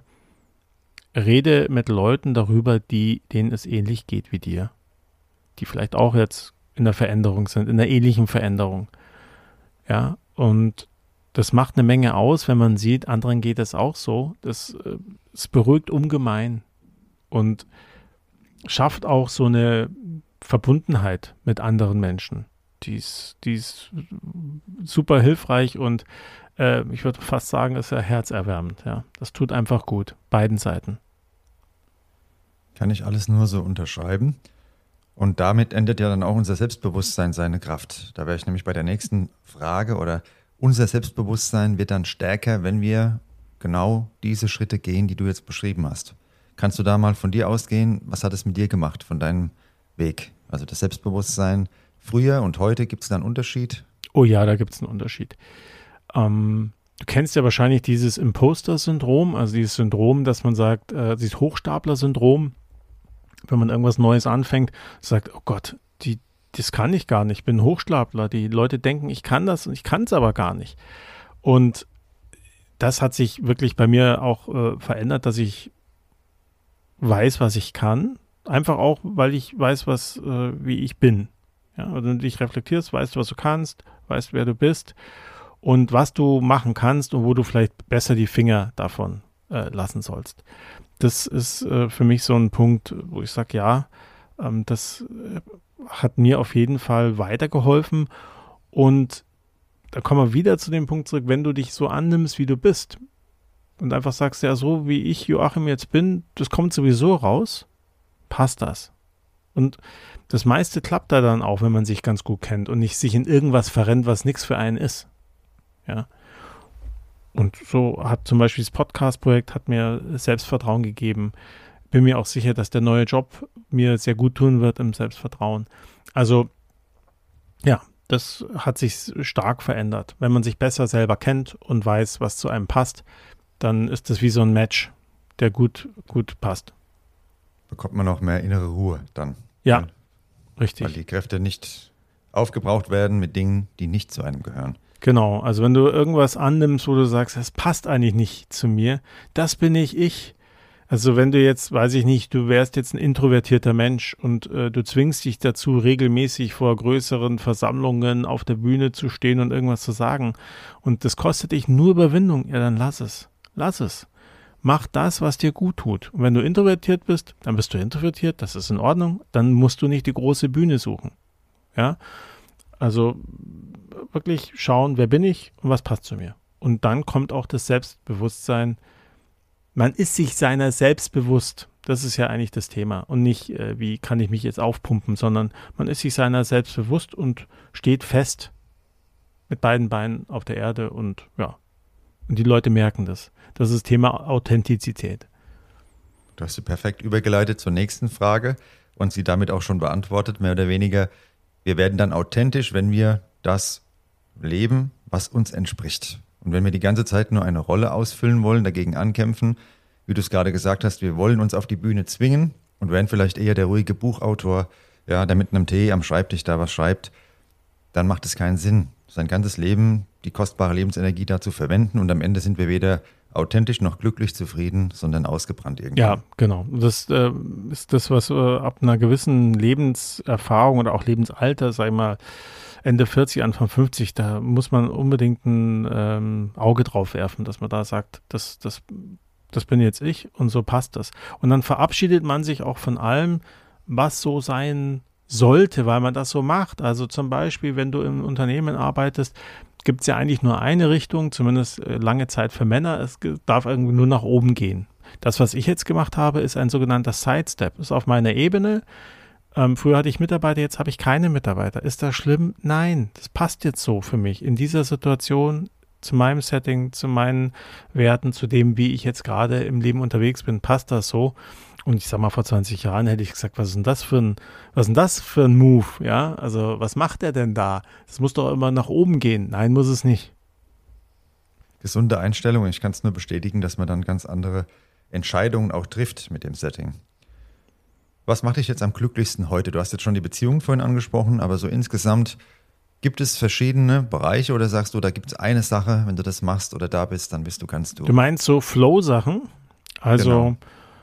rede mit Leuten darüber, denen es ähnlich geht wie dir. Die vielleicht auch jetzt in der Veränderung sind, in der ähnlichen Veränderung. Ja, und das macht eine Menge aus, wenn man sieht, anderen geht es auch so. Das beruhigt ungemein und schafft auch so eine Verbundenheit mit anderen Menschen. Die ist super hilfreich und ich würde fast sagen, ist ja herzerwärmend. Ja. Das tut einfach gut, beiden Seiten. Kann ich alles nur so unterschreiben. Und damit endet ja dann auch unser Selbstbewusstsein seine Kraft. Da wäre ich nämlich bei der nächsten Frage oder unser Selbstbewusstsein wird dann stärker, wenn wir genau diese Schritte gehen, die du jetzt beschrieben hast. Kannst du da mal von dir ausgehen? Was hat es mit dir gemacht, von deinem Weg? Also das Selbstbewusstsein früher und heute, gibt es da einen Unterschied? Oh ja, da gibt es einen Unterschied. Du kennst ja wahrscheinlich dieses Imposter-Syndrom, also dieses Syndrom, dass man sagt, dieses Hochstapler-Syndrom, wenn man irgendwas Neues anfängt, sagt, oh Gott, das kann ich gar nicht, ich bin ein Hochstapler. Die Leute denken, ich kann das und ich kann es aber gar nicht. Und das hat sich wirklich bei mir auch verändert, dass ich weiß, was ich kann. Einfach auch, weil ich weiß, wie ich bin. Ja, und wenn du dich reflektierst, weißt du, was du kannst, weißt, wer du bist und was du machen kannst und wo du vielleicht besser die Finger davon lassen sollst. Das ist für mich so ein Punkt, wo ich sage, ja, das hat mir auf jeden Fall weitergeholfen. Und da kommen wir wieder zu dem Punkt zurück, wenn du dich so annimmst, wie du bist und einfach sagst, ja, so wie ich, Joachim, jetzt bin, das kommt sowieso raus, passt das. Und das meiste klappt da dann auch, wenn man sich ganz gut kennt und nicht sich in irgendwas verrennt, was nichts für einen ist. Ja. Und so hat zum Beispiel das Podcast-Projekt hat mir Selbstvertrauen gegeben. Bin mir auch sicher, dass der neue Job mir sehr gut tun wird im Selbstvertrauen. Also ja, das hat sich stark verändert. Wenn man sich besser selber kennt und weiß, was zu einem passt, dann ist das wie so ein Match, der gut passt. Bekommt man auch mehr innere Ruhe dann. Ja, richtig. Weil die Kräfte nicht aufgebraucht werden mit Dingen, die nicht zu einem gehören. Genau, also wenn du irgendwas annimmst, wo du sagst, das passt eigentlich nicht zu mir, das bin nicht ich. Also wenn du jetzt, weiß ich nicht, du wärst jetzt ein introvertierter Mensch und du zwingst dich dazu, regelmäßig vor größeren Versammlungen auf der Bühne zu stehen und irgendwas zu sagen und das kostet dich nur Überwindung, ja dann lass es. Lass es. Mach das, was dir gut tut. Und wenn du introvertiert bist, dann bist du introvertiert, das ist in Ordnung, dann musst du nicht die große Bühne suchen. Ja, also wirklich schauen, wer bin ich und was passt zu mir. Und dann kommt auch das Selbstbewusstsein. Man ist sich seiner selbst bewusst. Das ist ja eigentlich das Thema. Und nicht, wie kann ich mich jetzt aufpumpen, sondern man ist sich seiner selbst bewusst und steht fest mit beiden Beinen auf der Erde und ja. Und die Leute merken das. Das ist das Thema Authentizität. Du hast sie perfekt übergeleitet zur nächsten Frage und sie damit auch schon beantwortet, mehr oder weniger. Wir werden dann authentisch, wenn wir das leben, was uns entspricht. Und wenn wir die ganze Zeit nur eine Rolle ausfüllen wollen, dagegen ankämpfen, wie du es gerade gesagt hast, wir wollen uns auf die Bühne zwingen und wären vielleicht eher der ruhige Buchautor, ja, der mit einem Tee am Schreibtisch da was schreibt, dann macht es keinen Sinn, sein ganzes Leben, die kostbare Lebensenergie dazu verwenden und am Ende sind wir weder authentisch noch glücklich zufrieden, sondern ausgebrannt irgendwie. Ja, genau. Das ist das, was ab einer gewissen Lebenserfahrung oder auch Lebensalter, sag ich mal, Ende 40, Anfang 50, da muss man unbedingt ein Auge drauf werfen, dass man da sagt, das bin jetzt ich und so passt das. Und dann verabschiedet man sich auch von allem, was so sein sollte, weil man das so macht. Also zum Beispiel, wenn du im Unternehmen arbeitest, gibt es ja eigentlich nur eine Richtung, zumindest lange Zeit für Männer, es darf irgendwie nur nach oben gehen. Das, was ich jetzt gemacht habe, ist ein sogenannter Sidestep, ist auf meiner Ebene. Früher hatte ich Mitarbeiter, jetzt habe ich keine Mitarbeiter. Ist das schlimm? Nein, das passt jetzt so für mich. In dieser Situation, zu meinem Setting, zu meinen Werten, zu dem, wie ich jetzt gerade im Leben unterwegs bin, passt das so. Und ich sag mal, vor 20 Jahren hätte ich gesagt, was ist denn das für ein Move? Ja, also was macht er denn da? Das muss doch immer nach oben gehen. Nein, muss es nicht. Gesunde Einstellung. Ich kann es nur bestätigen, dass man dann ganz andere Entscheidungen auch trifft mit dem Setting. Was macht dich jetzt am glücklichsten heute? Du hast jetzt schon die Beziehung vorhin angesprochen, aber so insgesamt gibt es verschiedene Bereiche oder sagst du, da gibt es eine Sache, wenn du das machst oder da bist, dann bist du ganz du. Du meinst so Flow-Sachen? Also Genau.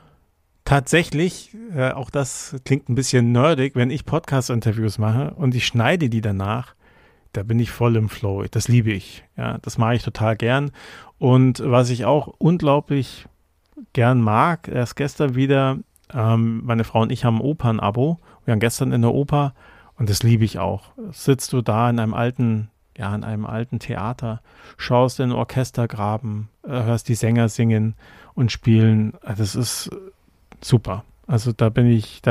Tatsächlich, auch das klingt ein bisschen nerdig, wenn ich Podcast-Interviews mache und ich schneide die danach, da bin ich voll im Flow. Das liebe ich. Ja, das mache ich total gern. Und was ich auch unglaublich gern mag, erst gestern wieder, meine Frau und ich haben ein Opern-Abo. Wir waren gestern in der Oper und das liebe ich auch. Sitzt du da in einem alten Theater, schaust in den Orchestergraben, hörst die Sänger singen und spielen. Das ist super. Also da bin ich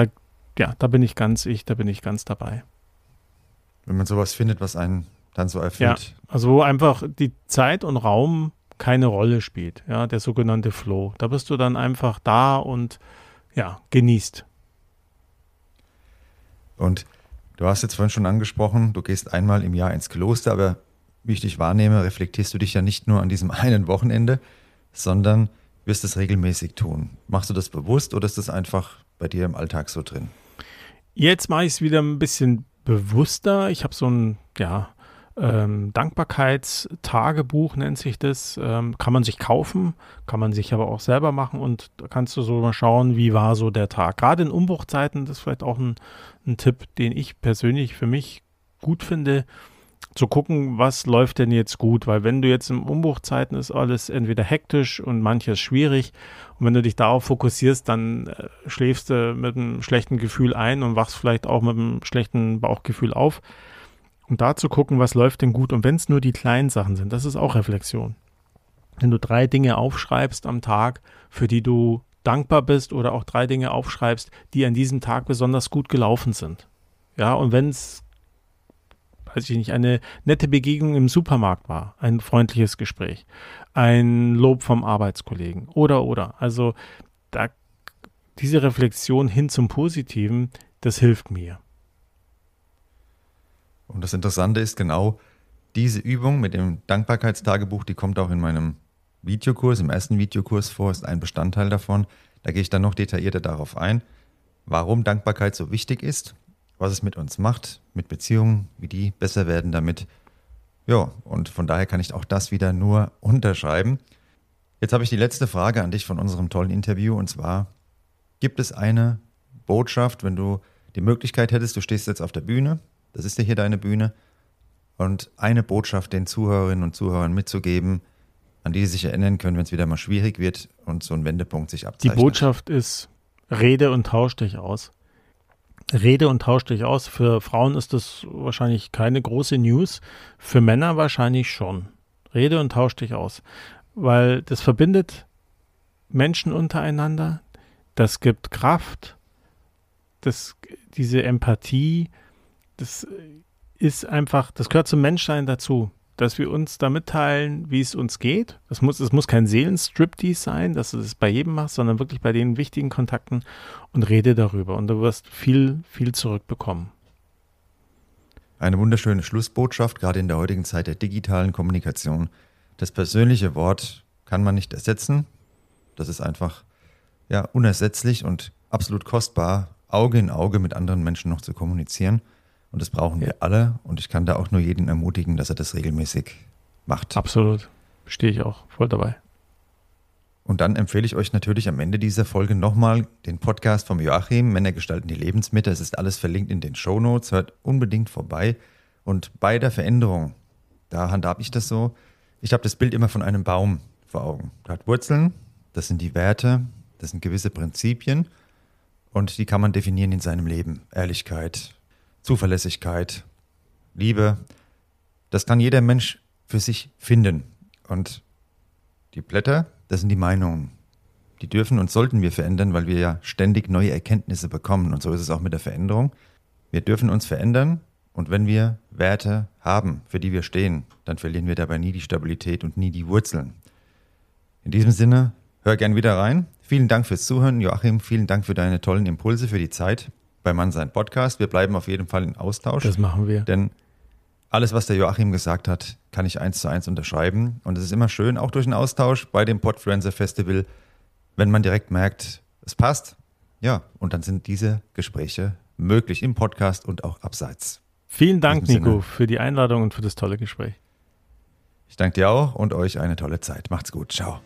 ganz dabei. Wenn man sowas findet, was einen dann so Ja, erfüllt. also wo einfach die Zeit und Raum keine Rolle spielt, ja, der sogenannte Flow. Da bist du dann einfach da und ja, genießt. Und du hast jetzt vorhin schon angesprochen, du gehst einmal im Jahr ins Kloster, aber wie ich dich wahrnehme, reflektierst du dich ja nicht nur an diesem einen Wochenende, sondern wirst es regelmäßig tun. Machst du das bewusst oder ist das einfach bei dir im Alltag so drin? Jetzt mache ich es wieder ein bisschen bewusster. Ich habe so ein, Dankbarkeitstagebuch nennt sich das. Kann man sich kaufen, kann man sich aber auch selber machen und da kannst du so mal schauen, wie war so der Tag. Gerade in Umbruchzeiten, das ist vielleicht auch ein Tipp, den ich persönlich für mich gut finde, zu gucken, was läuft denn jetzt gut, weil wenn du jetzt in Umbruchzeiten ist alles entweder hektisch und manches schwierig und wenn du dich darauf fokussierst, dann schläfst du mit einem schlechten Gefühl ein und wachst vielleicht auch mit einem schlechten Bauchgefühl auf. Und da zu gucken, was läuft denn gut und wenn es nur die kleinen Sachen sind, das ist auch Reflexion. Wenn du 3 Dinge aufschreibst am Tag, für die du dankbar bist oder auch 3 Dinge aufschreibst, die an diesem Tag besonders gut gelaufen sind. Ja, und wenn es weiß ich nicht, eine nette Begegnung im Supermarkt war, ein freundliches Gespräch, ein Lob vom Arbeitskollegen oder. Also diese Reflexion hin zum Positiven, das hilft mir. Und das Interessante ist genau, diese Übung mit dem Dankbarkeitstagebuch, die kommt auch in meinem Videokurs, im ersten Videokurs vor, ist ein Bestandteil davon. Da gehe ich dann noch detaillierter darauf ein, warum Dankbarkeit so wichtig ist, was es mit uns macht, mit Beziehungen, wie die besser werden damit. Ja, und von daher kann ich auch das wieder nur unterschreiben. Jetzt habe ich die letzte Frage an dich von unserem tollen Interview, und zwar, gibt es eine Botschaft, wenn du die Möglichkeit hättest, du stehst jetzt auf der Bühne, das ist ja hier deine Bühne, und eine Botschaft den Zuhörerinnen und Zuhörern mitzugeben, an die sie sich erinnern können, wenn es wieder mal schwierig wird und so ein Wendepunkt sich abzeichnet. Die Botschaft ist, rede und tausch dich aus. Rede und tausch dich aus. Für Frauen ist das wahrscheinlich keine große News, für Männer wahrscheinlich schon. Rede und tausch dich aus. Weil das verbindet Menschen untereinander, das gibt Kraft, diese Empathie, das ist einfach, das gehört zum Menschsein dazu, dass wir uns da mitteilen, wie es uns geht. Es muss kein Seelenstriptease sein, dass du das bei jedem machst, sondern wirklich bei den wichtigen Kontakten, und rede darüber. Und du wirst viel, viel zurückbekommen. Eine wunderschöne Schlussbotschaft, gerade in der heutigen Zeit der digitalen Kommunikation. Das persönliche Wort kann man nicht ersetzen. Das ist einfach unersetzlich und absolut kostbar, Auge in Auge mit anderen Menschen noch zu kommunizieren. Und das brauchen wir alle. Und ich kann da auch nur jeden ermutigen, dass er das regelmäßig macht. Absolut. Stehe ich auch voll dabei. Und dann empfehle ich euch natürlich am Ende dieser Folge nochmal den Podcast vom Joachim, Männer gestalten die Lebensmitte. Es ist alles verlinkt in den Shownotes. Hört unbedingt vorbei. Und bei der Veränderung, da handhab ich das so, ich habe das Bild immer von einem Baum vor Augen. Der hat Wurzeln, das sind die Werte, das sind gewisse Prinzipien. Und die kann man definieren in seinem Leben. Ehrlichkeit, Zuverlässigkeit, Liebe, das kann jeder Mensch für sich finden. Und die Blätter, das sind die Meinungen. Die dürfen und sollten wir verändern, weil wir ja ständig neue Erkenntnisse bekommen. Und so ist es auch mit der Veränderung. Wir dürfen uns verändern, und wenn wir Werte haben, für die wir stehen, dann verlieren wir dabei nie die Stabilität und nie die Wurzeln. In diesem Sinne, hör gern wieder rein. Vielen Dank fürs Zuhören, Joachim. Vielen Dank für deine tollen Impulse, für die Zeit bei Mannsein Podcast. Wir bleiben auf jeden Fall in Austausch. Das machen wir. Denn alles, was der Joachim gesagt hat, kann ich 1:1 unterschreiben. Und es ist immer schön, auch durch den Austausch bei dem Podfluencer Festival, wenn man direkt merkt, es passt. Ja, und dann sind diese Gespräche möglich im Podcast und auch abseits. Vielen Dank, Nico, für die Einladung und für das tolle Gespräch. Ich danke dir auch und euch eine tolle Zeit. Macht's gut. Ciao.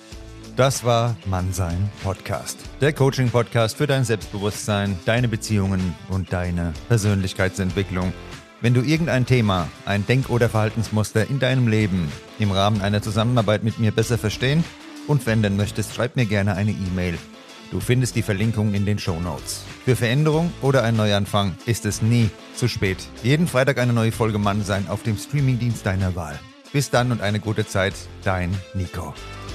Das war Mannsein Podcast. Der Coaching-Podcast für dein Selbstbewusstsein, deine Beziehungen und deine Persönlichkeitsentwicklung. Wenn du irgendein Thema, ein Denk- oder Verhaltensmuster in deinem Leben im Rahmen einer Zusammenarbeit mit mir besser verstehen und verändern möchtest, schreib mir gerne eine E-Mail. Du findest die Verlinkung in den Shownotes. Für Veränderung oder einen Neuanfang ist es nie zu spät. Jeden Freitag eine neue Folge Mannsein auf dem Streamingdienst deiner Wahl. Bis dann und eine gute Zeit, dein Nico.